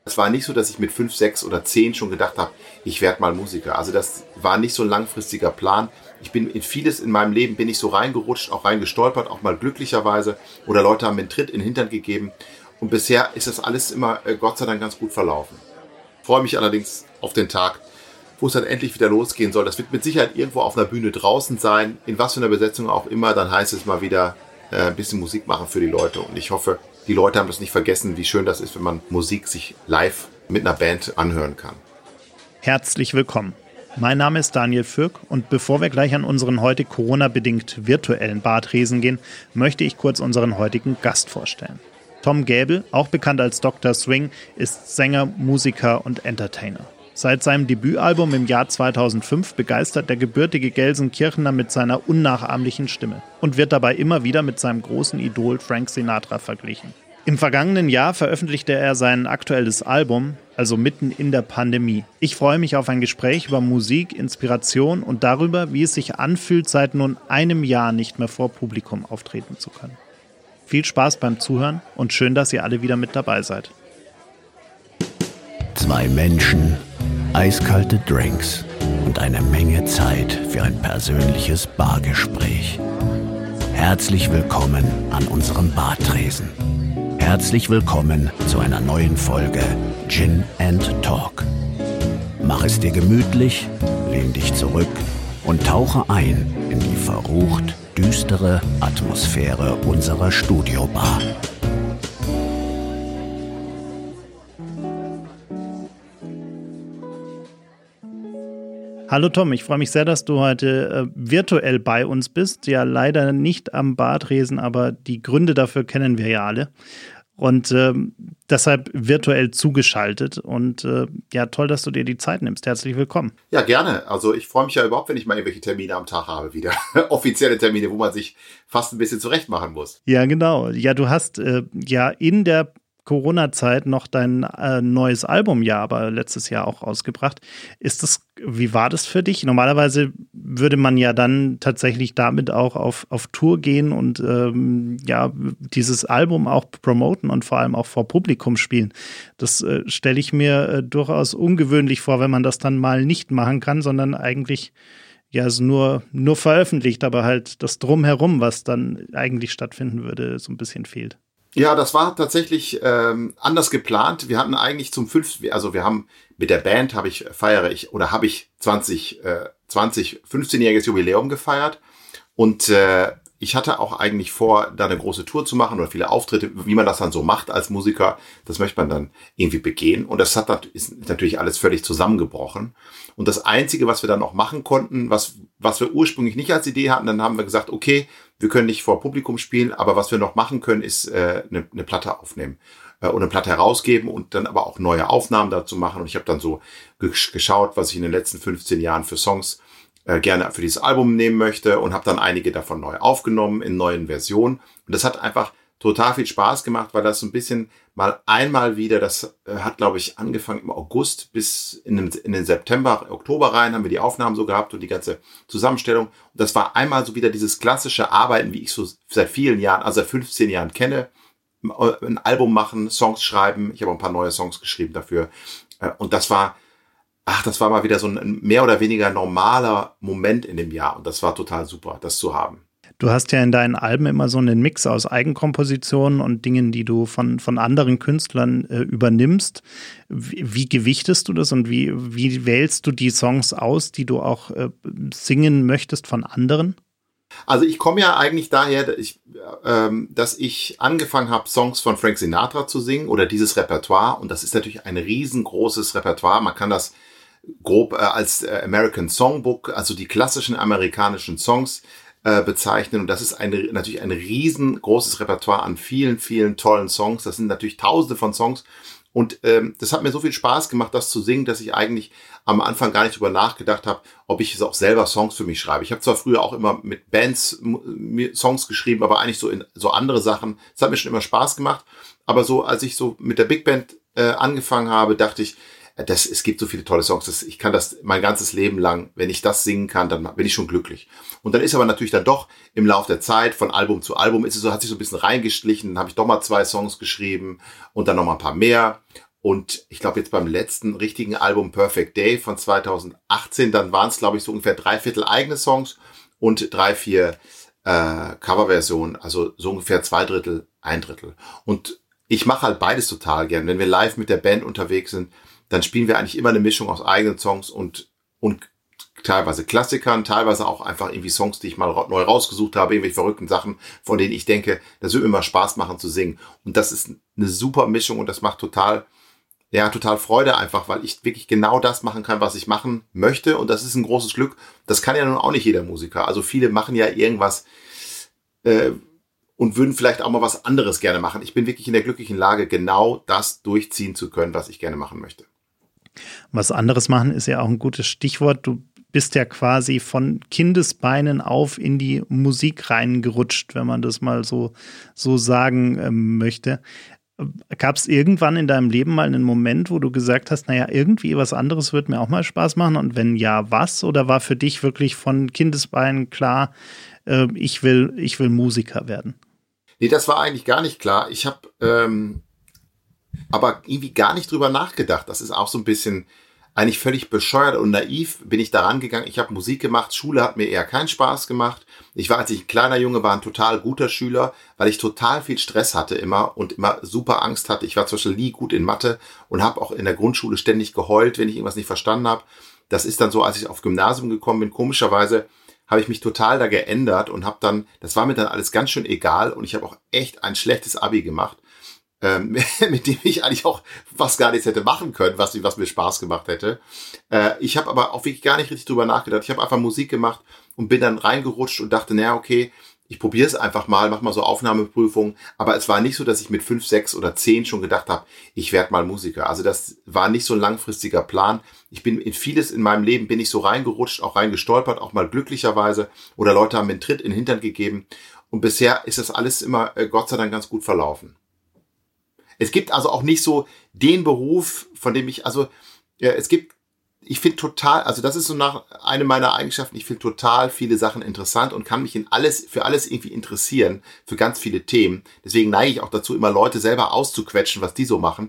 Es war nicht so, dass ich mit 5, 6 oder 10 schon gedacht habe, ich werde mal Musiker. Also das war nicht so ein langfristiger Plan. Ich bin in vieles in meinem Leben bin ich so reingerutscht, auch reingestolpert, auch mal glücklicherweise. Oder Leute haben mir einen Tritt in den Hintern gegeben. Und bisher ist das alles immer, Gott sei Dank, ganz gut verlaufen. Ich freue mich allerdings auf den Tag, wo es dann endlich wieder losgehen soll. Das wird mit Sicherheit irgendwo auf einer Bühne draußen sein. In was für einer Besetzung auch immer. Dann heißt es mal wieder ein bisschen Musik machen für die Leute. Und ich hoffe, die Leute haben das nicht vergessen, wie schön das ist, wenn man Musik sich live mit einer Band anhören kann. Herzlich willkommen. Mein Name ist Daniel Fürk und bevor wir gleich an unseren heute Corona-bedingt virtuellen Bartresen gehen, möchte ich kurz unseren heutigen Gast vorstellen. Tom Gäbel, auch bekannt als Dr. Swing, ist Sänger, Musiker und Entertainer. Seit seinem Debütalbum im Jahr 2005 begeistert der gebürtige Gelsenkirchener mit seiner unnachahmlichen Stimme und wird dabei immer wieder mit seinem großen Idol Frank Sinatra verglichen. Im vergangenen Jahr veröffentlichte er sein aktuelles Album, also mitten in der Pandemie. Ich freue mich auf ein Gespräch über Musik, Inspiration und darüber, wie es sich anfühlt, seit nun einem Jahr nicht mehr vor Publikum auftreten zu können. Viel Spaß beim Zuhören und schön, dass ihr alle wieder mit dabei seid. Zwei Menschen, eiskalte Drinks und eine Menge Zeit für ein persönliches Bargespräch. Herzlich willkommen an unserem Bartresen. Herzlich willkommen zu einer neuen Folge Gin and Talk. Mach es dir gemütlich, lehn dich zurück und tauche ein in die verrucht düstere Atmosphäre unserer Studiobar. Hallo Tom, ich freue mich sehr, dass du heute virtuell bei uns bist. Ja, leider nicht am Bartresen, aber die Gründe dafür kennen wir ja alle. Und deshalb virtuell zugeschaltet. Und ja, toll, dass du dir die Zeit nimmst. Herzlich willkommen. Ja, gerne. Also ich freue mich ja überhaupt, wenn ich mal irgendwelche Termine am Tag habe wieder. Offizielle Termine, wo man sich fast ein bisschen zurecht machen muss. Ja, genau. Ja, du hast ja in der Corona-Zeit noch dein neues Album ja aber letztes Jahr auch rausgebracht. Wie war das für dich? Normalerweise würde man ja dann tatsächlich damit auch auf Tour gehen und ja, dieses Album auch promoten und vor allem auch vor Publikum spielen. Das stelle ich mir durchaus ungewöhnlich vor, wenn man das dann mal nicht machen kann, sondern eigentlich ja, also nur veröffentlicht, aber halt das Drumherum, was dann eigentlich stattfinden würde, so ein bisschen fehlt. Ja, das war tatsächlich anders geplant. Wir hatten eigentlich wir haben mit der Band habe ich 15-jähriges Jubiläum gefeiert und ich hatte auch eigentlich vor, da eine große Tour zu machen oder viele Auftritte, wie man das dann so macht als Musiker. Das möchte man dann irgendwie begehen und das ist natürlich alles völlig zusammengebrochen. Und das Einzige, was wir dann noch machen konnten, was wir ursprünglich nicht als Idee hatten, dann haben wir gesagt, okay, wir können nicht vor Publikum spielen, aber was wir noch machen können, ist eine Platte aufnehmen und eine Platte herausgeben und dann aber auch neue Aufnahmen dazu machen. Und ich habe dann so geschaut, was ich in den letzten 15 Jahren für Songs gerne für dieses Album nehmen möchte und habe dann einige davon neu aufgenommen in neuen Versionen. Und das hat einfach total viel Spaß gemacht, weil das so ein bisschen einmal wieder, das hat, glaube ich, angefangen im August bis in den September, Oktober rein, haben wir die Aufnahmen so gehabt und die ganze Zusammenstellung. Und das war einmal so wieder dieses klassische Arbeiten, wie ich so seit vielen Jahren, also seit 15 Jahren kenne. Ein Album machen, Songs schreiben. Ich habe auch ein paar neue Songs geschrieben dafür. Und das war mal wieder so ein mehr oder weniger normaler Moment in dem Jahr. Und das war total super, das zu haben. Du hast ja in deinen Alben immer so einen Mix aus Eigenkompositionen und Dingen, die du von anderen Künstlern übernimmst. Wie gewichtest du das und wie wählst du die Songs aus, die du auch singen möchtest von anderen? Also ich komme ja eigentlich daher, dass ich angefangen habe, Songs von Frank Sinatra zu singen oder dieses Repertoire. Und das ist natürlich ein riesengroßes Repertoire. Man kann das grob als American Songbook, also die klassischen amerikanischen Songs bezeichnen. Und das ist natürlich ein riesengroßes Repertoire an vielen, vielen tollen Songs. Das sind natürlich Tausende von Songs. Und das hat mir so viel Spaß gemacht, das zu singen, dass ich eigentlich am Anfang gar nicht drüber nachgedacht habe, ob ich auch selber Songs für mich schreibe. Ich habe zwar früher auch immer mit Bands Songs geschrieben, aber eigentlich so andere Sachen. Das hat mir schon immer Spaß gemacht. Aber so, als ich so mit der Big Band angefangen habe, dachte ich, es gibt so viele tolle Songs, ich kann das mein ganzes Leben lang, wenn ich das singen kann, dann bin ich schon glücklich. Und dann ist aber natürlich dann doch im Laufe der Zeit, von Album zu Album, hat sich so ein bisschen reingeschlichen, dann habe ich doch mal 2 Songs geschrieben und dann noch mal ein paar mehr. Und ich glaube jetzt beim letzten richtigen Album Perfect Day von 2018, dann waren es, glaube ich, so ungefähr 3/4 eigene Songs und 3/4 Coverversionen, also so ungefähr 2/3, 1/3. Und ich mache halt beides total gern. Wenn wir live mit der Band unterwegs sind, dann spielen wir eigentlich immer eine Mischung aus eigenen Songs und teilweise Klassikern, teilweise auch einfach irgendwie Songs, die ich mal neu rausgesucht habe, irgendwelche verrückten Sachen, von denen ich denke, das wird mir immer Spaß machen zu singen. Und das ist eine super Mischung und das macht total Freude einfach, weil ich wirklich genau das machen kann, was ich machen möchte. Und das ist ein großes Glück. Das kann ja nun auch nicht jeder Musiker. Also viele machen ja irgendwas und würden vielleicht auch mal was anderes gerne machen. Ich bin wirklich in der glücklichen Lage, genau das durchziehen zu können, was ich gerne machen möchte. Was anderes machen ist ja auch ein gutes Stichwort. Du bist ja quasi von Kindesbeinen auf in die Musik reingerutscht, wenn man das mal so sagen möchte. Gab es irgendwann in deinem Leben mal einen Moment, wo du gesagt hast, naja, irgendwie was anderes wird mir auch mal Spaß machen? Und wenn ja, was? Oder war für dich wirklich von Kindesbeinen klar, ich will Musiker werden? Nee, das war eigentlich gar nicht klar. Ich habe aber irgendwie gar nicht drüber nachgedacht. Das ist auch so ein bisschen eigentlich völlig bescheuert und naiv bin ich da rangegangen. Ich habe Musik gemacht, Schule hat mir eher keinen Spaß gemacht. Ich war, als ich ein kleiner Junge war, ein total guter Schüler, weil ich total viel Stress hatte immer und immer super Angst hatte. Ich war zum Beispiel nie gut in Mathe und habe auch in der Grundschule ständig geheult, wenn ich irgendwas nicht verstanden habe. Das ist dann so, als ich auf Gymnasium gekommen bin, komischerweise habe ich mich total da geändert und habe dann, das war mir dann alles ganz schön egal und ich habe auch echt ein schlechtes Abi gemacht. Mit dem ich eigentlich auch fast gar nichts hätte machen können, was mir Spaß gemacht hätte. Ich habe aber auch wirklich gar nicht richtig drüber nachgedacht. Ich habe einfach Musik gemacht und bin dann reingerutscht und dachte, naja, okay, ich probiere es einfach mal, mach mal so Aufnahmeprüfungen. Aber es war nicht so, dass ich mit 5, 6 oder 10 schon gedacht habe, ich werde mal Musiker. Also das war nicht so ein langfristiger Plan. Ich bin in vieles in meinem Leben bin ich so reingerutscht, auch reingestolpert, auch mal glücklicherweise. Oder Leute haben mir einen Tritt in den Hintern gegeben. Und bisher ist das alles immer Gott sei Dank ganz gut verlaufen. Es gibt also auch nicht so den Beruf, von dem ich finde total, also das ist so eine meiner Eigenschaften, ich finde total viele Sachen interessant und kann mich für alles irgendwie interessieren, für ganz viele Themen. Deswegen neige ich auch dazu, immer Leute selber auszuquetschen, was die so machen.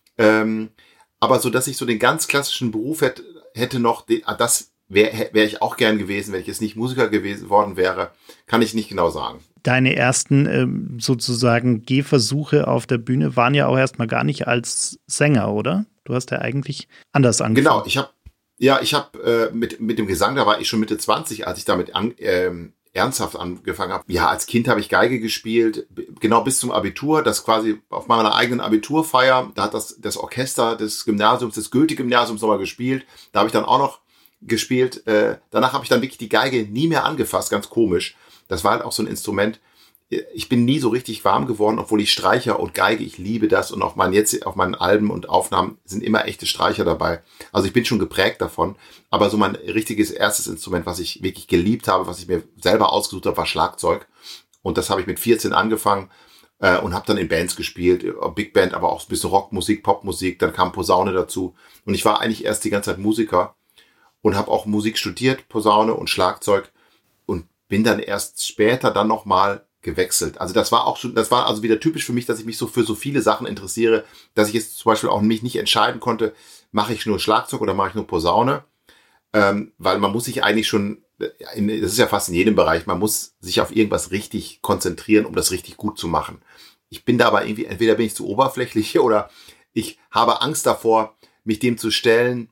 Aber so, dass ich so den ganz klassischen Beruf hätte noch, das wäre ich auch gern gewesen, wenn ich jetzt nicht Musiker worden wäre, kann ich nicht genau sagen. Deine ersten sozusagen Gehversuche auf der Bühne waren ja auch erstmal gar nicht als Sänger, oder? Du hast ja eigentlich anders angefangen. Genau, ich habe mit dem Gesang, da war ich schon Mitte 20, als ich damit ernsthaft angefangen habe. Ja, als Kind habe ich Geige gespielt, genau bis zum Abitur, das quasi auf meiner eigenen Abiturfeier, da hat das Orchester des Gymnasiums, des Goethe-Gymnasiums nochmal gespielt, da habe ich dann auch noch gespielt. Danach habe ich dann wirklich die Geige nie mehr angefasst, ganz komisch. Das war halt auch so ein Instrument. Ich bin nie so richtig warm geworden, obwohl ich Streicher und Geige, ich liebe das. Und auf meinen Alben und Aufnahmen sind immer echte Streicher dabei. Also ich bin schon geprägt davon. Aber so mein richtiges erstes Instrument, was ich wirklich geliebt habe, was ich mir selber ausgesucht habe, war Schlagzeug. Und das habe ich mit 14 angefangen und habe dann in Bands gespielt. Big Band, aber auch ein bisschen Rockmusik, Popmusik. Dann kam Posaune dazu. Und ich war eigentlich erst die ganze Zeit Musiker und habe auch Musik studiert, Posaune und Schlagzeug. Und bin dann erst später dann nochmal gewechselt. Also das war also wieder typisch für mich, dass ich mich so für so viele Sachen interessiere, dass ich jetzt zum Beispiel auch mich nicht entscheiden konnte, mache ich nur Schlagzeug oder mache ich nur Posaune, weil man muss sich eigentlich schon, das ist ja fast in jedem Bereich, man muss sich auf irgendwas richtig konzentrieren, um das richtig gut zu machen. Ich bin da aber irgendwie, entweder bin ich zu oberflächlich oder ich habe Angst davor, mich dem zu stellen,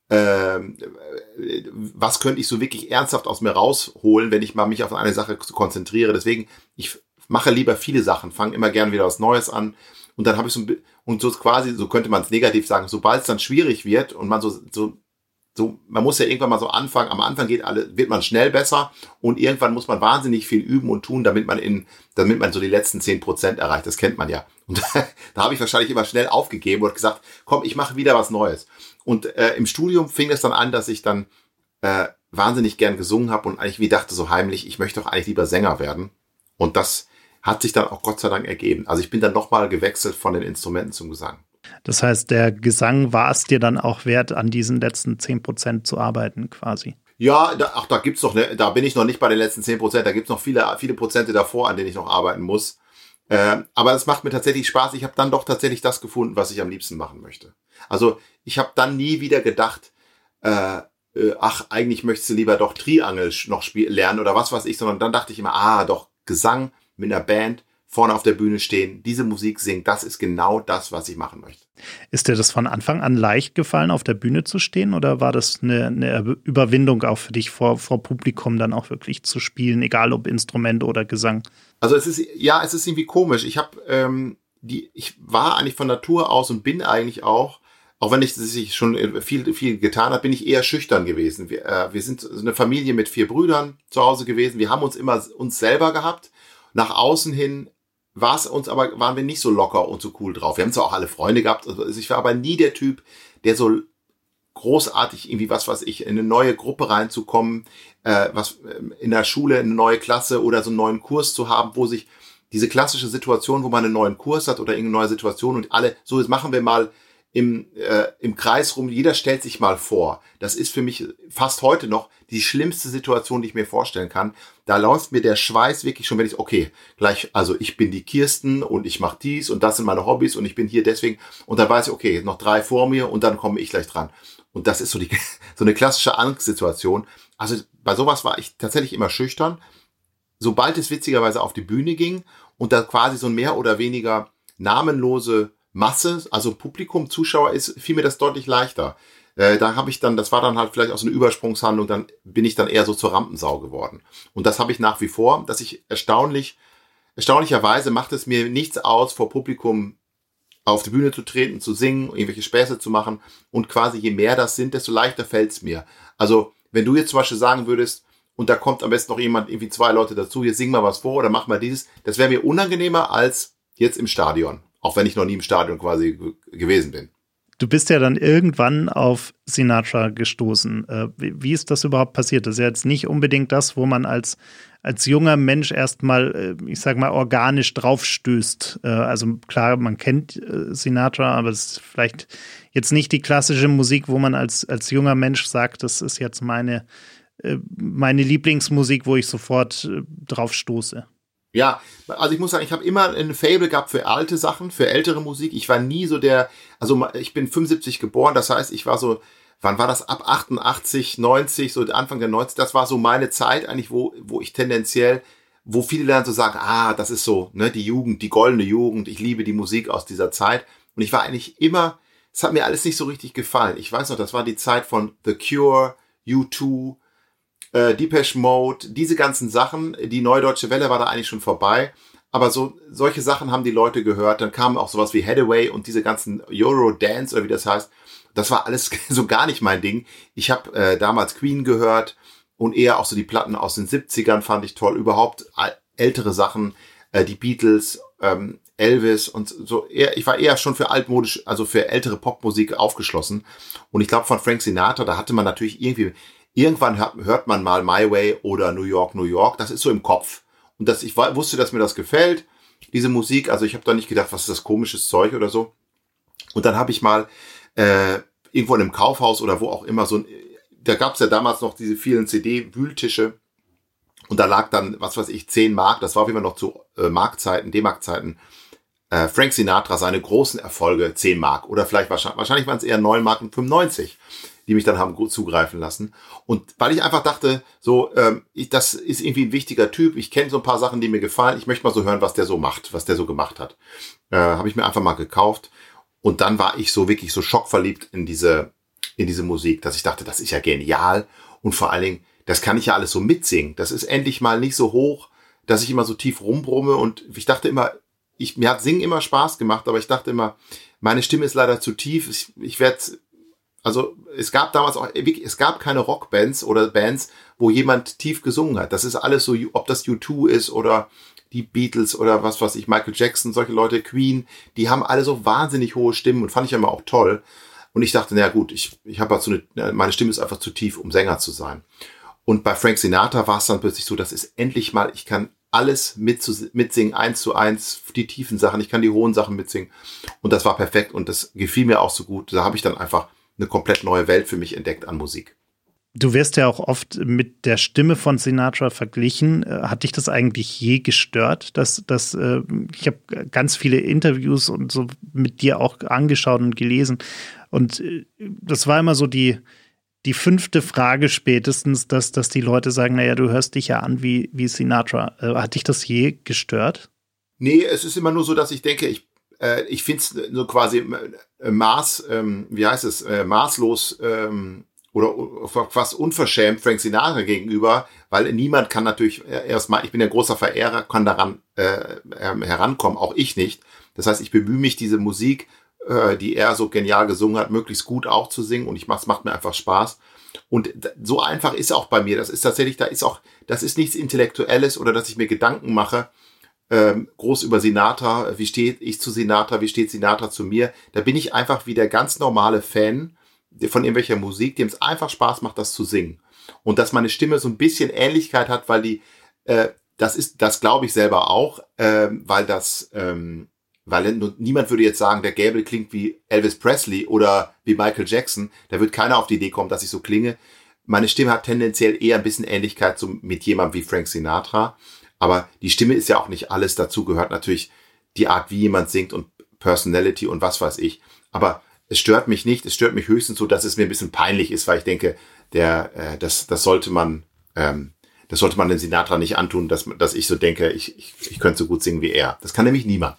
was könnte ich so wirklich ernsthaft aus mir rausholen, wenn ich mal mich auf eine Sache konzentriere. Deswegen, ich mache lieber viele Sachen, fange immer gern wieder was Neues an und dann habe ich so quasi, so könnte man es negativ sagen, sobald es dann schwierig wird und man man muss ja irgendwann mal so anfangen, am Anfang wird man schnell besser und irgendwann muss man wahnsinnig viel üben und tun, damit man so die letzten 10% erreicht. Das kennt man ja. Und da habe ich wahrscheinlich immer schnell aufgegeben und gesagt, komm, ich mache wieder was Neues. Und im Studium fing es dann an, dass ich dann wahnsinnig gern gesungen habe und eigentlich wie dachte so heimlich, ich möchte doch eigentlich lieber Sänger werden. Und das hat sich dann auch Gott sei Dank ergeben. Also ich bin dann nochmal gewechselt von den Instrumenten zum Gesang. Das heißt, der Gesang war es dir dann auch wert, an diesen letzten 10% zu arbeiten quasi? Ja, da gibt's noch, da bin ich noch nicht bei den letzten 10%, da gibt's noch viele Prozente davor, an denen ich noch arbeiten muss. Aber es macht mir tatsächlich Spaß. Ich habe dann doch tatsächlich das gefunden, was ich am liebsten machen möchte. Also ich habe dann nie wieder gedacht, eigentlich möchtest du lieber doch Triangel noch lernen oder was weiß ich, sondern dann dachte ich immer, doch Gesang mit einer Band, vorne auf der Bühne stehen, diese Musik singen, das ist genau das, was ich machen möchte. Ist dir das von Anfang an leicht gefallen, auf der Bühne zu stehen, oder war das eine Überwindung auch für dich, vor Publikum dann auch wirklich zu spielen, egal ob Instrument oder Gesang? Also es ist irgendwie komisch. Ich war eigentlich von Natur aus und bin eigentlich auch wenn ich schon viel getan habe, bin ich eher schüchtern gewesen. Wir sind eine Familie mit 4 Brüdern zu Hause gewesen. Wir haben uns immer uns selber gehabt. Nach außen hin waren wir nicht so locker und so cool drauf. Wir haben zwar auch alle Freunde gehabt, also ich war aber nie der Typ, der so großartig irgendwie, was weiß ich, in eine neue Gruppe reinzukommen, in der Schule, eine neue Klasse oder so einen neuen Kurs zu haben, wo sich diese klassische Situation, wo man einen neuen Kurs hat oder irgendeine neue Situation und alle, so jetzt machen wir mal im Kreis rum, jeder stellt sich mal vor. Das ist für mich fast heute noch die schlimmste Situation, die ich mir vorstellen kann. Da läuft mir der Schweiß wirklich schon, wenn ich, okay, gleich, also ich bin die Kirsten und ich mache dies und das sind meine Hobbys und ich bin hier deswegen. Und dann weiß ich, okay, noch 3 vor mir und dann komme ich gleich dran. Und das ist so eine klassische Angstsituation. Also bei sowas war ich tatsächlich immer schüchtern. Sobald es witzigerweise auf die Bühne ging und da quasi so ein mehr oder weniger namenlose Masse, also Publikum, Zuschauer ist, fiel mir das deutlich leichter. Das war dann halt vielleicht auch so eine Übersprungshandlung, dann bin ich dann eher so zur Rampensau geworden. Und das habe ich nach wie vor, dass ich erstaunlicherweise macht es mir nichts aus, vor Publikum auf die Bühne zu treten, zu singen, irgendwelche Späße zu machen. Und quasi je mehr das sind, desto leichter fällt es mir. Also wenn du jetzt zum Beispiel sagen würdest, und da kommt am besten noch jemand, irgendwie 2 Leute dazu, jetzt sing mal was vor oder mach mal dieses, das wäre mir unangenehmer als jetzt im Stadion. Auch wenn ich noch nie im Stadion quasi gewesen bin. Du bist ja dann irgendwann auf Sinatra gestoßen. Wie ist das überhaupt passiert? Das ist ja jetzt nicht unbedingt das, wo man als junger Mensch erstmal, ich sag mal, organisch draufstößt. Also klar, man kennt Sinatra, aber es ist vielleicht jetzt nicht die klassische Musik, wo man als junger Mensch sagt, das ist jetzt meine Lieblingsmusik, wo ich sofort drauf stoße. Ja, also ich muss sagen, ich habe immer ein Faible gehabt für alte Sachen, für ältere Musik. Ich war nie so ich bin 75 geboren, das heißt, ich war so, wann war das? Ab 88, 90, so Anfang der 90, das war so meine Zeit eigentlich, wo ich tendenziell, wo viele dann so sagen, das ist so, ne, die Jugend, die goldene Jugend, ich liebe die Musik aus dieser Zeit. Und ich war eigentlich immer, es hat mir alles nicht so richtig gefallen. Ich weiß noch, das war die Zeit von The Cure, U2, Depeche Mode, diese ganzen Sachen, die Neue Deutsche Welle war da eigentlich schon vorbei, aber solche Sachen haben die Leute gehört, dann kamen auch sowas wie Hathaway und diese ganzen Eurodance oder wie das heißt, das war alles so gar nicht mein Ding. Ich habe damals Queen gehört und eher auch so die Platten aus den 70ern fand ich toll, überhaupt ältere Sachen, die Beatles, Elvis und so. Ich war eher schon für altmodisch, also für ältere Popmusik aufgeschlossen und ich glaube von Frank Sinatra, da hatte man natürlich irgendwann hört man mal My Way oder New York, New York. Das ist so im Kopf. Und ich wusste, dass mir das gefällt, diese Musik. Also ich habe da nicht gedacht, was ist das komisches Zeug oder so. Und dann habe ich mal irgendwo in einem Kaufhaus oder wo auch immer da gab es ja damals noch diese vielen CD-Wühltische. Und da lag dann, was weiß ich, 10 Mark. Das war auf jeden Fall noch zu Markzeiten, D-Mark-Zeiten. Frank Sinatra, seine großen Erfolge, 10 Mark. Oder vielleicht wahrscheinlich waren es eher 9 Mark und 95. Die mich dann haben gut zugreifen lassen. Und weil ich einfach dachte, das ist irgendwie ein wichtiger Typ, ich kenne so ein paar Sachen, die mir gefallen, ich möchte mal so hören, was der so macht, was der so gemacht hat. Habe ich mir einfach mal gekauft. Und dann war ich so wirklich so schockverliebt in diese Musik, dass ich dachte, das ist ja genial. Und vor allen Dingen, das kann ich ja alles so mitsingen. Das ist endlich mal nicht so hoch, dass ich immer so tief rumbrumme. Und ich dachte immer, mir hat Singen immer Spaß gemacht, aber ich dachte immer, meine Stimme ist leider zu tief. Also es gab damals auch, es gab keine Rockbands oder Bands, wo jemand tief gesungen hat. Das ist alles so, ob das U2 ist oder die Beatles oder was weiß ich, Michael Jackson, solche Leute, Queen, die haben alle so wahnsinnig hohe Stimmen und fand ich immer auch toll. Und ich dachte, na gut, ich habe halt meine Stimme ist einfach zu tief, um Sänger zu sein. Und bei Frank Sinatra war es dann plötzlich so, dass es endlich mal, ich kann alles mitsingen, 1:1, die tiefen Sachen, ich kann die hohen Sachen mitsingen. Und das war perfekt und das gefiel mir auch so gut. Da habe ich dann einfach eine komplett neue Welt für mich entdeckt an Musik. Du wirst ja auch oft mit der Stimme von Sinatra verglichen. Hat dich das eigentlich je gestört? Ich habe ganz viele Interviews und so mit dir auch angeschaut und gelesen. Und das war immer so die 5. Frage spätestens, dass die Leute sagen, naja, du hörst dich ja an wie Sinatra. Hat dich das je gestört? Nee, es ist immer nur so, dass ich denke, ich finde es so quasi maßlos oder fast unverschämt Frank Sinatra gegenüber, weil niemand kann natürlich erstmal, ich bin ein großer Verehrer, kann daran herankommen, auch ich nicht. Das heißt, ich bemühe mich, diese Musik, die er so genial gesungen hat, möglichst gut auch zu singen, und es macht mir einfach Spaß. Und so einfach ist auch bei mir. Das ist tatsächlich, das ist nichts Intellektuelles oder dass ich mir Gedanken mache, groß über Sinatra, wie steht ich zu Sinatra, wie steht Sinatra zu mir. Da bin ich einfach wie der ganz normale Fan von irgendwelcher Musik, dem es einfach Spaß macht, das zu singen. Und dass meine Stimme so ein bisschen Ähnlichkeit hat, weil das glaube ich selber auch, weil niemand würde jetzt sagen, der Gabriel klingt wie Elvis Presley oder wie Michael Jackson. Da wird keiner auf die Idee kommen, dass ich so klinge. Meine Stimme hat tendenziell eher ein bisschen Ähnlichkeit mit jemandem wie Frank Sinatra. Aber die Stimme ist ja auch nicht alles. Dazu gehört natürlich die Art, wie jemand singt und Personality und was weiß ich. Aber es stört mich nicht. Es stört mich höchstens so, dass es mir ein bisschen peinlich ist, weil ich denke, das sollte man dem Sinatra nicht antun, dass ich so denke, ich könnte so gut singen wie er. Das kann nämlich niemand.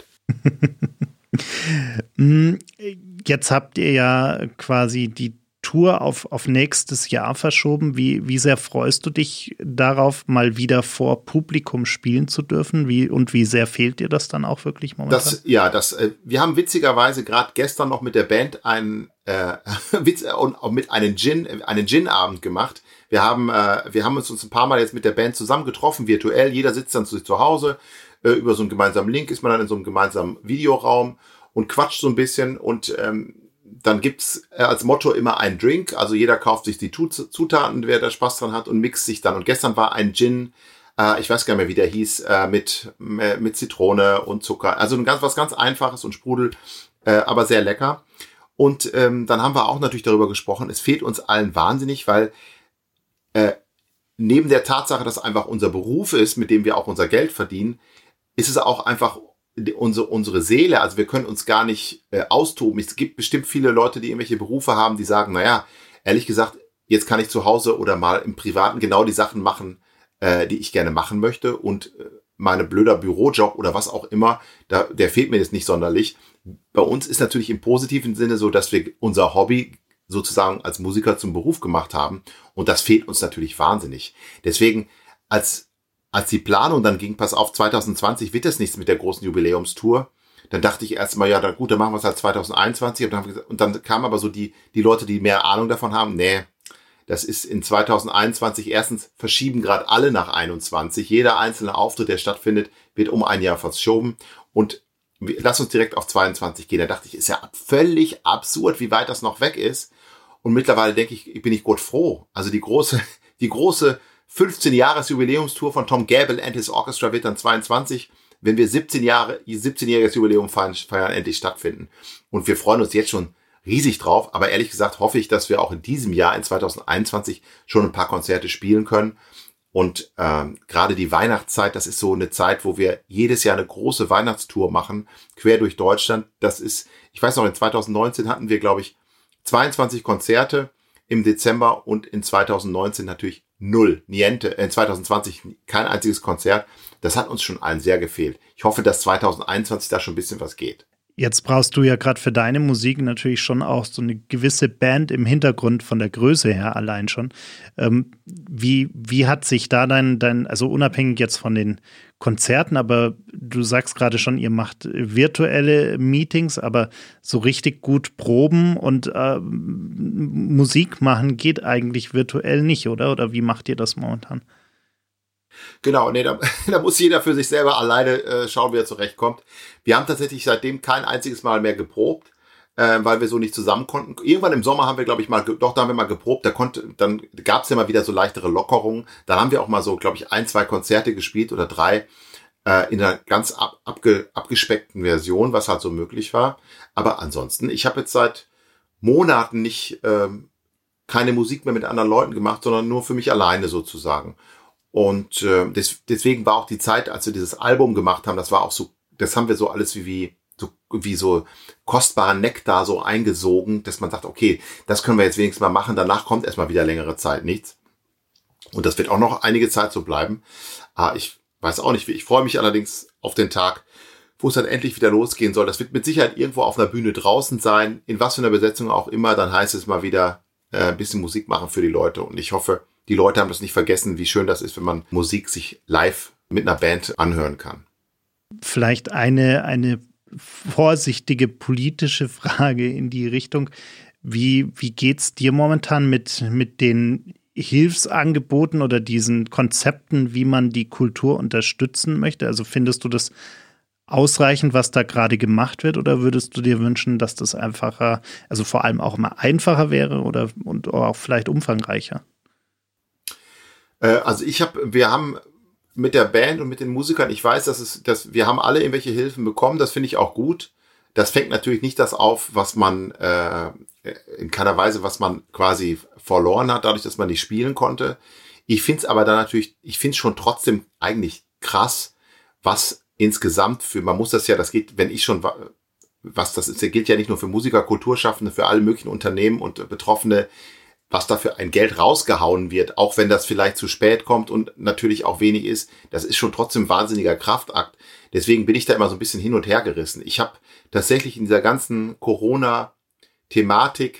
Jetzt habt ihr ja quasi die Tour auf nächstes Jahr verschoben. Wie sehr freust du dich darauf, mal wieder vor Publikum spielen zu dürfen? Wie sehr fehlt dir das dann auch wirklich momentan? Wir haben witzigerweise gerade gestern noch mit der Band einen Gin-Abend gemacht. Wir haben uns ein paar Mal jetzt mit der Band zusammen getroffen, virtuell. Jeder sitzt dann zu Hause. Über so einen gemeinsamen Link ist man dann in so einem gemeinsamen Videoraum und quatscht so ein bisschen, und dann gibt's als Motto immer einen Drink, also jeder kauft sich die Zutaten, wer da Spaß dran hat, und mixt sich dann. Und gestern war ein Gin, ich weiß gar nicht mehr, wie der hieß, mit Zitrone und Zucker, also was ganz Einfaches und Sprudel, aber sehr lecker. Und dann haben wir auch natürlich darüber gesprochen, es fehlt uns allen wahnsinnig, weil neben der Tatsache, dass einfach unser Beruf ist, mit dem wir auch unser Geld verdienen, ist es auch einfach unsere Seele. Also wir können uns gar nicht austoben. Es gibt bestimmt viele Leute, die irgendwelche Berufe haben, die sagen, naja, ehrlich gesagt, jetzt kann ich zu Hause oder mal im Privaten genau die Sachen machen, die ich gerne machen möchte, und meine blöder Bürojob oder was auch immer, der fehlt mir jetzt nicht sonderlich. Bei uns ist natürlich im positiven Sinne so, dass wir unser Hobby sozusagen als Musiker zum Beruf gemacht haben, und das fehlt uns natürlich wahnsinnig. Deswegen, als die Planung dann ging, pass auf, 2020 wird das nichts mit der großen Jubiläumstour, dann dachte ich erstmal, ja, dann machen wir es halt 2021. Und dann kamen aber so die Leute, die mehr Ahnung davon haben, nee, das ist in 2021, erstens verschieben gerade alle nach 21. Jeder einzelne Auftritt, der stattfindet, wird um ein Jahr verschoben, und lass uns direkt auf 22 gehen. Da dachte ich, ist ja völlig absurd, wie weit das noch weg ist. Und mittlerweile denke ich, bin ich Gott froh. Also die große 15-Jahres-Jubiläumstour von Tom Gabriel and his Orchestra wird dann 22, wenn wir 17-jähriges Jubiläum feiern, endlich stattfinden. Und wir freuen uns jetzt schon riesig drauf. Aber ehrlich gesagt hoffe ich, dass wir auch in diesem Jahr, in 2021, schon ein paar Konzerte spielen können. Und gerade die Weihnachtszeit, das ist so eine Zeit, wo wir jedes Jahr eine große Weihnachtstour machen, quer durch Deutschland. Das ist, ich weiß noch, in 2019 hatten wir, glaube ich, 22 Konzerte im Dezember, und in 2019 natürlich niente, in 2020 kein einziges Konzert. Das hat uns schon allen sehr gefehlt. Ich hoffe, dass 2021 da schon ein bisschen was geht. Jetzt brauchst du ja gerade für deine Musik natürlich schon auch so eine gewisse Band im Hintergrund von der Größe her allein schon. Wie hat sich da also unabhängig jetzt von den Konzerten, aber du sagst gerade schon, ihr macht virtuelle Meetings, aber so richtig gut proben und Musik machen geht eigentlich virtuell nicht, oder? Oder wie macht ihr das momentan? Genau, nee, da muss jeder für sich selber alleine schauen, wie er zurechtkommt. Wir haben tatsächlich seitdem kein einziges Mal mehr geprobt, weil wir so nicht zusammen konnten. Irgendwann im Sommer haben wir, glaube ich, da haben wir mal geprobt. Dann gab es ja mal wieder so leichtere Lockerungen. Dann haben wir auch mal so, glaube ich, 1, 2 Konzerte gespielt oder 3 in einer ganz abgespeckten Version, was halt so möglich war. Aber ansonsten, ich habe jetzt seit Monaten nicht keine Musik mehr mit anderen Leuten gemacht, sondern nur für mich alleine sozusagen. Und deswegen war auch die Zeit, als wir dieses Album gemacht haben, das war auch so, das haben wir so alles wie so kostbaren Nektar so eingesogen, dass man sagt, okay, das können wir jetzt wenigstens mal machen, danach kommt erstmal wieder längere Zeit nichts. Und das wird auch noch einige Zeit so bleiben. Ich weiß auch nicht, ich freue mich allerdings auf den Tag, wo es dann endlich wieder losgehen soll. Das wird mit Sicherheit irgendwo auf einer Bühne draußen sein, in was für einer Besetzung auch immer, dann heißt es mal wieder ein bisschen Musik machen für die Leute. Und ich hoffe, die Leute haben das nicht vergessen, wie schön das ist, wenn man Musik sich live mit einer Band anhören kann. Vielleicht eine vorsichtige politische Frage in die Richtung. Wie geht's dir momentan mit den Hilfsangeboten oder diesen Konzepten, wie man die Kultur unterstützen möchte? Also findest du das ausreichend, was da gerade gemacht wird, oder würdest du dir wünschen, dass das einfacher, also vor allem auch mal einfacher wäre und auch vielleicht umfangreicher? Also wir haben mit der Band und mit den Musikern, ich weiß, dass wir haben alle irgendwelche Hilfen bekommen, das finde ich auch gut. Das fängt natürlich nicht das auf, was man in keiner Weise, was man quasi verloren hat, dadurch, dass man nicht spielen konnte. Ich finde es aber dann natürlich, ich finde es schon trotzdem eigentlich krass, was insgesamt man muss das ja, das geht, wenn ich schon, was das ist, das gilt ja nicht nur für Musiker, Kulturschaffende, für alle möglichen Unternehmen und Betroffene, was da für ein Geld rausgehauen wird, auch wenn das vielleicht zu spät kommt und natürlich auch wenig ist, das ist schon trotzdem ein wahnsinniger Kraftakt. Deswegen bin ich da immer so ein bisschen hin und her gerissen. Ich habe tatsächlich in dieser ganzen Corona-Thematik,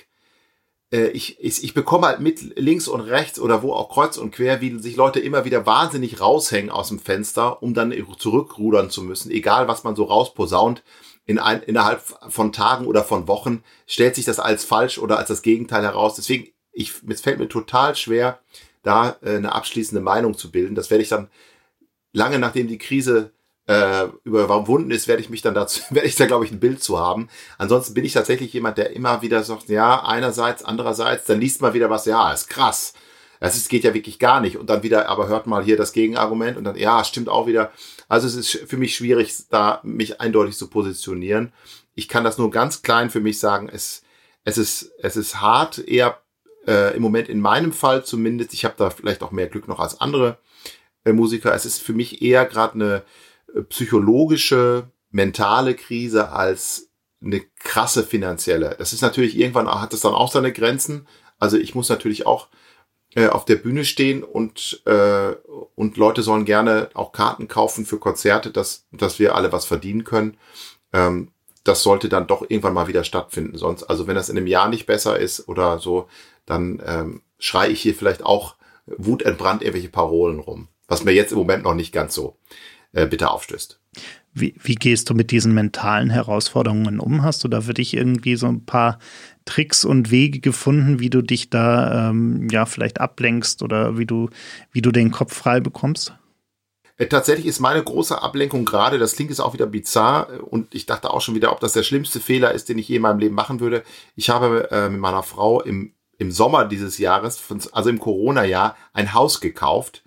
ich bekomme halt mit links und rechts oder wo auch kreuz und quer, wie sich Leute immer wieder wahnsinnig raushängen aus dem Fenster, um dann zurückrudern zu müssen. Egal, was man so rausposaunt, innerhalb von Tagen oder von Wochen stellt sich das als falsch oder als das Gegenteil heraus. Deswegen, es fällt mir total schwer, da eine abschließende Meinung zu bilden. Das werde ich dann lange, nachdem die Krise überwunden ist, werde ich da, glaube ich, ein Bild zu haben. Ansonsten bin ich tatsächlich jemand, der immer wieder sagt, ja, einerseits, andererseits, dann liest man wieder was, ja, ist krass. Geht ja wirklich gar nicht. Und dann wieder, aber hört mal hier das Gegenargument und dann, ja, stimmt auch wieder. Also es ist für mich schwierig, da mich eindeutig zu positionieren. Ich kann das nur ganz klein für mich sagen. Es ist hart, eher im Moment in meinem Fall zumindest. Ich habe da vielleicht auch mehr Glück noch als andere Musiker. Es ist für mich eher gerade eine psychologische, mentale Krise als eine krasse finanzielle. Das ist natürlich, irgendwann hat es dann auch seine Grenzen. Also ich muss natürlich auch auf der Bühne stehen und Leute sollen gerne auch Karten kaufen für Konzerte, dass wir alle was verdienen können. Das sollte dann doch irgendwann mal wieder stattfinden. Sonst, also wenn das in einem Jahr nicht besser ist oder so, dann schreie ich hier vielleicht auch wutentbrannt irgendwelche Parolen rum, was mir jetzt im Moment noch nicht ganz so bitter aufstößt. Wie gehst du mit diesen mentalen Herausforderungen um? Hast du da für dich irgendwie so ein paar Tricks und Wege gefunden, wie du dich da vielleicht ablenkst oder wie du den Kopf frei bekommst? Tatsächlich ist meine große Ablenkung gerade, das klingt jetzt auch wieder bizarr und ich dachte auch schon wieder, ob das der schlimmste Fehler ist, den ich je in meinem Leben machen würde. Ich habe mit meiner Frau im Sommer dieses Jahres, also im Corona-Jahr, ein Haus gekauft.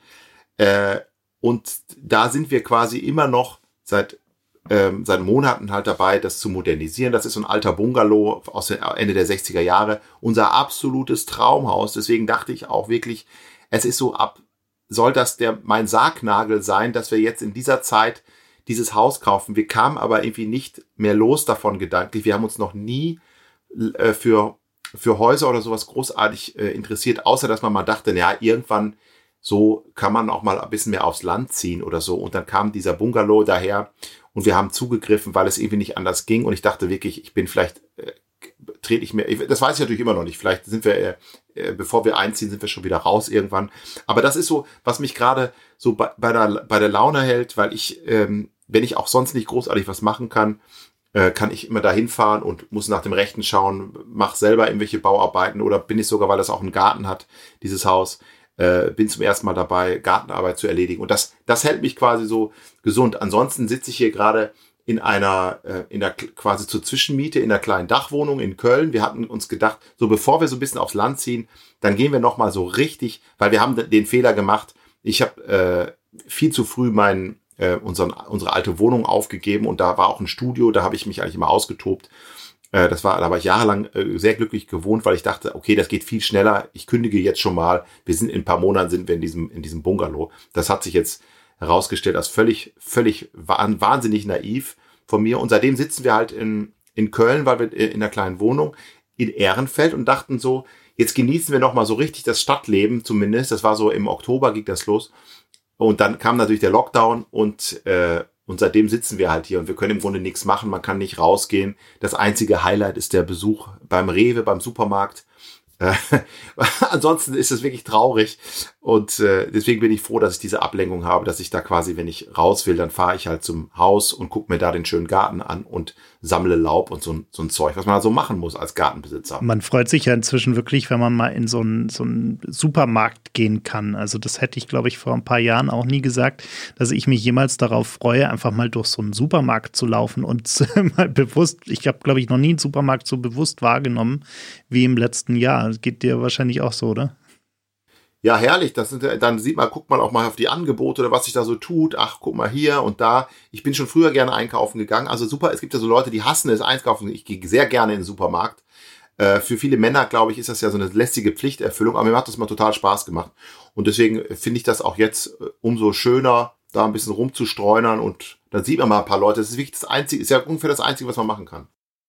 Und da sind wir quasi immer noch seit Monaten halt dabei, das zu modernisieren. Das ist so ein alter Bungalow aus dem Ende der 60er Jahre. Unser absolutes Traumhaus. Deswegen dachte ich auch wirklich, es ist so soll das mein Sargnagel sein, dass wir jetzt in dieser Zeit dieses Haus kaufen. Wir kamen aber irgendwie nicht mehr los davon gedanklich. Wir haben uns noch nie für Häuser oder sowas großartig interessiert, außer dass man mal dachte, ja, irgendwann so kann man auch mal ein bisschen mehr aufs Land ziehen oder so. Und dann kam dieser Bungalow daher und wir haben zugegriffen, weil es irgendwie nicht anders ging. Und ich dachte wirklich, ich bin vielleicht, das weiß ich natürlich immer noch nicht. Vielleicht sind wir, bevor wir einziehen, sind wir schon wieder raus irgendwann. Aber das ist so, was mich gerade so bei der Laune hält, weil ich, wenn ich auch sonst nicht großartig was machen kann ich immer dahin fahren und muss nach dem Rechten schauen, mache selber irgendwelche Bauarbeiten oder bin ich sogar, weil das auch einen Garten hat, dieses Haus, bin zum ersten Mal dabei, Gartenarbeit zu erledigen. Und das hält mich quasi so gesund. Ansonsten sitze ich hier gerade in der quasi zur Zwischenmiete in einer kleinen Dachwohnung in Köln. Wir hatten uns gedacht, so bevor wir so ein bisschen aufs Land ziehen, dann gehen wir nochmal so richtig, weil wir haben den Fehler gemacht. Ich habe viel zu früh unsere alte Wohnung aufgegeben und da war auch ein Studio, da habe ich mich eigentlich immer ausgetobt. Da war ich jahrelang sehr glücklich gewohnt, weil ich dachte, okay, das geht viel schneller. Ich kündige jetzt schon mal. In ein paar Monaten sind wir in diesem Bungalow. Das hat sich jetzt herausgestellt als völlig wahnsinnig naiv von mir. Und seitdem sitzen wir halt in Köln, weil wir in einer kleinen Wohnung in Ehrenfeld und dachten so, jetzt genießen wir noch mal so richtig das Stadtleben zumindest. Das war so im Oktober ging das los. Und dann kam natürlich der Lockdown und seitdem sitzen wir halt hier und wir können im Grunde nichts machen. Man kann nicht rausgehen. Das einzige Highlight ist der Besuch beim Rewe, beim Supermarkt. Ansonsten ist es wirklich traurig und deswegen bin ich froh, dass ich diese Ablenkung habe, dass ich da quasi, wenn ich raus will, dann fahre ich halt zum Haus und gucke mir da den schönen Garten an und sammle Laub und so ein Zeug, was man halt so machen muss als Gartenbesitzer. Man freut sich ja inzwischen wirklich, wenn man mal in so einen Supermarkt gehen kann. Also das hätte ich, glaube ich, vor ein paar Jahren auch nie gesagt, dass ich mich jemals darauf freue, einfach mal durch so einen Supermarkt zu laufen und mal bewusst, ich habe, glaube ich, noch nie einen Supermarkt so bewusst wahrgenommen wie im letzten Jahr. Das geht dir wahrscheinlich auch so, oder? Ja, herrlich. Dann guckt man auch mal auf die Angebote oder was sich da so tut. Ach, guck mal hier und da. Ich bin schon früher gerne einkaufen gegangen. Also super, es gibt ja so Leute, die hassen es einkaufen. Ich gehe sehr gerne in den Supermarkt. Für viele Männer, glaube ich, ist das ja so eine lästige Pflichterfüllung. Aber mir hat das mal total Spaß gemacht. Und deswegen finde ich das auch jetzt umso schöner, da ein bisschen rumzustreunern. Und dann sieht man mal ein paar Leute. Das ist wirklich ist ja ungefähr das Einzige, was man machen kann.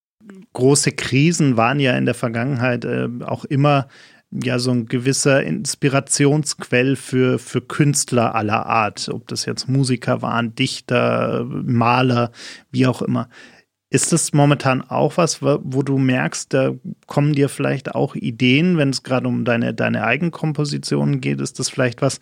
Große Krisen waren ja in der Vergangenheit auch immer ja so ein gewisser Inspirationsquell für Künstler aller Art, ob das jetzt Musiker waren, Dichter, Maler, wie auch immer. Ist das momentan auch was, wo du merkst, da kommen dir vielleicht auch Ideen, wenn es gerade um deine Eigenkompositionen geht? Ist das vielleicht was,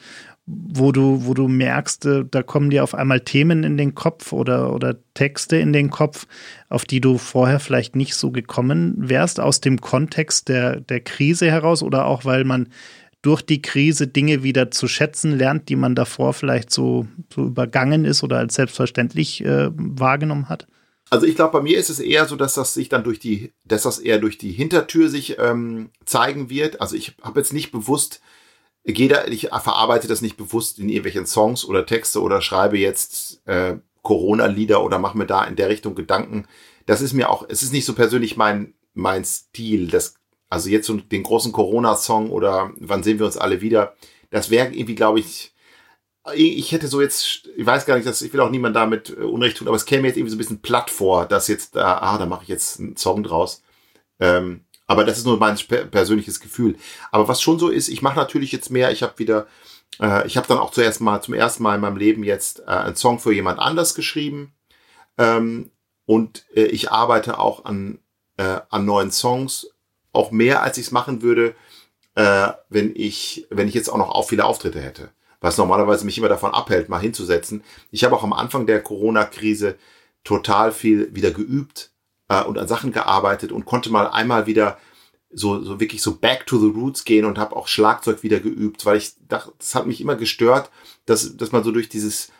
wo du merkst, da kommen dir auf einmal Themen in den Kopf oder Texte in den Kopf, auf die du vorher vielleicht nicht so gekommen wärst, aus dem Kontext der Krise heraus oder auch, weil man durch die Krise Dinge wieder zu schätzen lernt, die man davor vielleicht so übergangen ist oder als selbstverständlich wahrgenommen hat? Also ich glaube, bei mir ist es eher so, dass das eher durch die Hintertür sich zeigen wird. Also ich habe jetzt nicht bewusst, ich verarbeite das nicht bewusst in irgendwelchen Songs oder Texte oder schreibe jetzt Corona-Lieder oder mache mir da in der Richtung Gedanken. Das ist mir auch, es ist nicht so persönlich mein Stil. Also jetzt so den großen Corona-Song oder wann sehen wir uns alle wieder, das wäre irgendwie, glaube ich hätte so jetzt, ich weiß gar nicht, ich will auch niemand damit Unrecht tun, aber es käme jetzt irgendwie so ein bisschen platt vor, dass jetzt, da mache ich jetzt einen Song draus. Aber das ist nur mein persönliches Gefühl. Aber was schon so ist, ich mache natürlich jetzt mehr, ich habe dann auch zum ersten Mal in meinem Leben jetzt einen Song für jemand anders geschrieben. Und ich arbeite auch an neuen Songs, auch mehr als ich es machen würde, wenn ich jetzt auch noch viele Auftritte hätte. Was normalerweise mich immer davon abhält, mal hinzusetzen. Ich habe auch am Anfang der Corona-Krise total viel wieder geübt und an Sachen gearbeitet und konnte mal einmal wieder so wirklich so back to the roots gehen und habe auch Schlagzeug wieder geübt, weil ich dachte, das hat mich immer gestört, dass man so durch dieses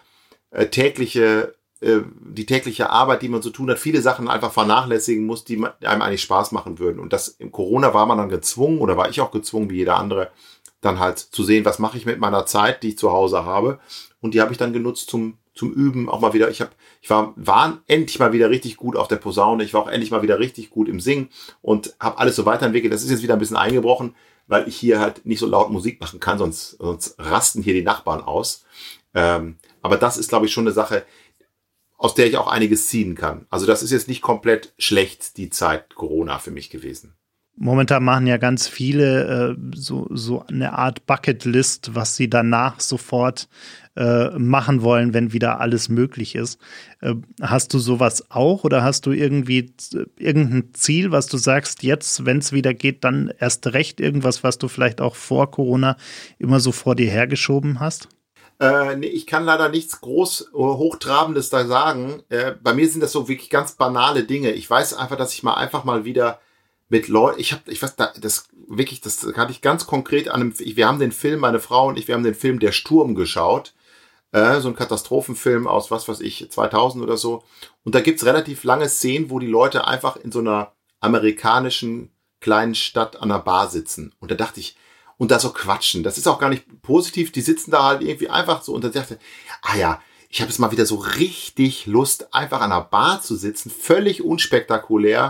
die tägliche Arbeit, die man so tun hat, viele Sachen einfach vernachlässigen muss, die einem eigentlich Spaß machen würden. Und das im Corona war man dann gezwungen, oder war ich auch gezwungen, wie jeder andere, dann halt zu sehen, was mache ich mit meiner Zeit, die ich zu Hause habe. Und die habe ich dann genutzt zum Üben, auch mal wieder. Ich war endlich mal wieder richtig gut auf der Posaune. Ich war auch endlich mal wieder richtig gut im Singen und habe alles so weiterentwickelt. Das ist jetzt wieder ein bisschen eingebrochen, weil ich hier halt nicht so laut Musik machen kann, sonst rasten hier die Nachbarn aus. Aber das ist, glaube ich, schon eine Sache, aus der ich auch einiges ziehen kann. Also das ist jetzt nicht komplett schlecht, die Zeit Corona für mich gewesen. Momentan machen ja ganz viele so eine Art Bucketlist, was sie danach sofort machen wollen, wenn wieder alles möglich ist. Hast du sowas auch oder hast du irgendein Ziel, was du sagst, jetzt, wenn es wieder geht, dann erst recht irgendwas, was du vielleicht auch vor Corona immer so vor dir hergeschoben hast? Nee, ich kann leider nichts groß Hochtrabendes da sagen. Bei mir sind das so wirklich ganz banale Dinge. Ich weiß einfach, dass ich einfach mal wieder mit Leuten, das kann ich ganz konkret wir haben den Film, meine Frau und ich, wir haben den Film Der Sturm geschaut. So ein Katastrophenfilm aus, 2000 oder so. Und da gibt's relativ lange Szenen, wo die Leute einfach in so einer amerikanischen kleinen Stadt an der Bar sitzen. Und da dachte ich, und da so quatschen. Das ist auch gar nicht positiv. Die sitzen da halt irgendwie einfach so und dann dachte ich, ich habe jetzt mal wieder so richtig Lust, einfach an der Bar zu sitzen, völlig unspektakulär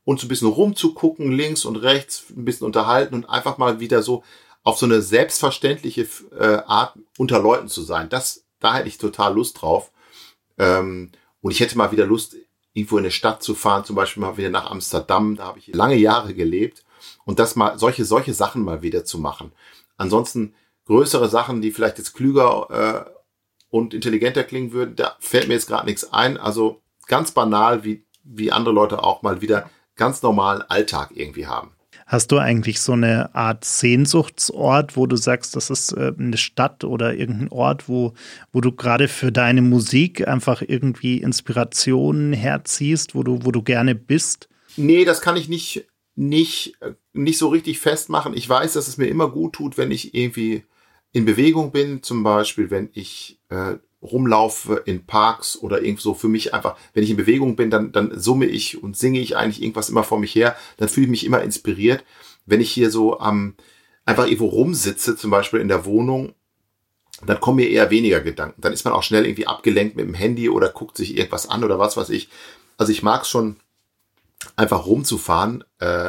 und so ein bisschen rumzugucken, links und rechts, ein bisschen unterhalten und einfach mal wieder so auf so eine selbstverständliche Art unter Leuten zu sein. Da hätte ich total Lust drauf. Und ich hätte mal wieder Lust, irgendwo in eine Stadt zu fahren, zum Beispiel mal wieder nach Amsterdam. Da habe ich lange Jahre gelebt. Und das mal, solche Sachen mal wieder zu machen. Ansonsten größere Sachen, die vielleicht jetzt klüger und intelligenter klingen würden, da fällt mir jetzt gerade nichts ein. Also ganz banal, wie andere Leute auch mal wieder ganz normalen Alltag irgendwie haben. Hast du eigentlich so eine Art Sehnsuchtsort, wo du sagst, das ist eine Stadt oder irgendein Ort, wo du gerade für deine Musik einfach irgendwie Inspirationen herziehst, wo du gerne bist? Nee, das kann ich nicht so richtig festmachen. Ich weiß, dass es mir immer gut tut, wenn ich irgendwie in Bewegung bin, zum Beispiel, wenn ich rumlaufe in Parks oder irgend so für mich einfach, wenn ich in Bewegung bin, dann summe ich und singe ich eigentlich irgendwas immer vor mich her, dann fühle ich mich immer inspiriert. Wenn ich hier so einfach irgendwo rumsitze, zum Beispiel in der Wohnung, dann kommen mir eher weniger Gedanken. Dann ist man auch schnell irgendwie abgelenkt mit dem Handy oder guckt sich irgendwas an oder was weiß ich. Also ich mag es schon, einfach rumzufahren.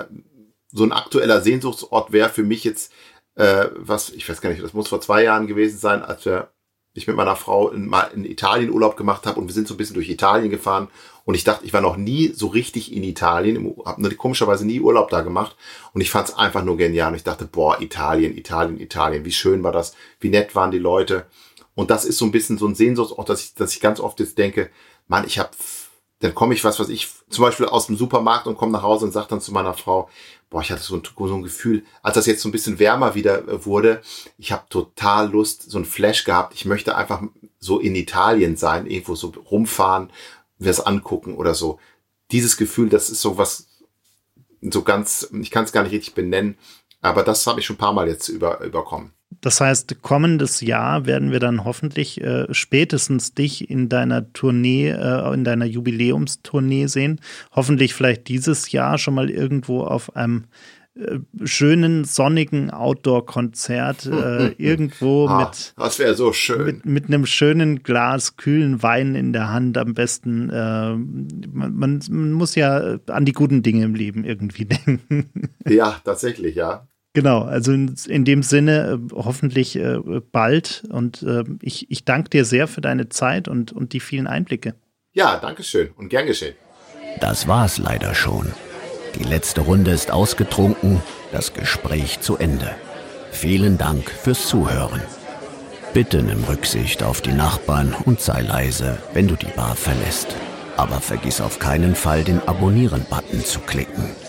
So ein aktueller Sehnsuchtsort wäre für mich jetzt, ich weiß gar nicht, das muss vor 2 Jahren gewesen sein, als ich mit meiner Frau mal in Italien Urlaub gemacht habe und wir sind so ein bisschen durch Italien gefahren und ich dachte, ich war noch nie so richtig in Italien, habe komischerweise nie Urlaub da gemacht und ich fand es einfach nur genial und ich dachte, boah, Italien, wie schön war das, wie nett waren die Leute und das ist so ein bisschen so ein Sehnsuchtsort, dass ich ganz oft jetzt denke, Mann, dann komme ich, was weiß ich, zum Beispiel aus dem Supermarkt und komme nach Hause und sage dann zu meiner Frau, boah, ich hatte so ein Gefühl, als das jetzt so ein bisschen wärmer wieder wurde, ich habe total Lust, so ein Flash gehabt, ich möchte einfach so in Italien sein, irgendwo so rumfahren, mir das angucken oder so. Dieses Gefühl, das ist so was, so ganz, ich kann es gar nicht richtig benennen, aber das habe ich schon ein paar Mal jetzt überkommen. Das heißt, kommendes Jahr werden wir dann hoffentlich spätestens dich in deiner Tournee, in deiner Jubiläumstournee sehen. Hoffentlich vielleicht dieses Jahr schon mal irgendwo auf einem schönen, sonnigen Outdoor-Konzert irgendwo das wäre so schön. Mit einem schönen Glas kühlen Wein in der Hand am besten. Man muss ja an die guten Dinge im Leben irgendwie denken. Ja, tatsächlich, ja. Genau, also in dem Sinne hoffentlich bald und ich danke dir sehr für deine Zeit und die vielen Einblicke. Ja, danke schön und gern geschehen. Das war's leider schon. Die letzte Runde ist ausgetrunken, das Gespräch zu Ende. Vielen Dank fürs Zuhören. Bitte nimm Rücksicht auf die Nachbarn und sei leise, wenn du die Bar verlässt. Aber vergiss auf keinen Fall, den Abonnieren-Button zu klicken.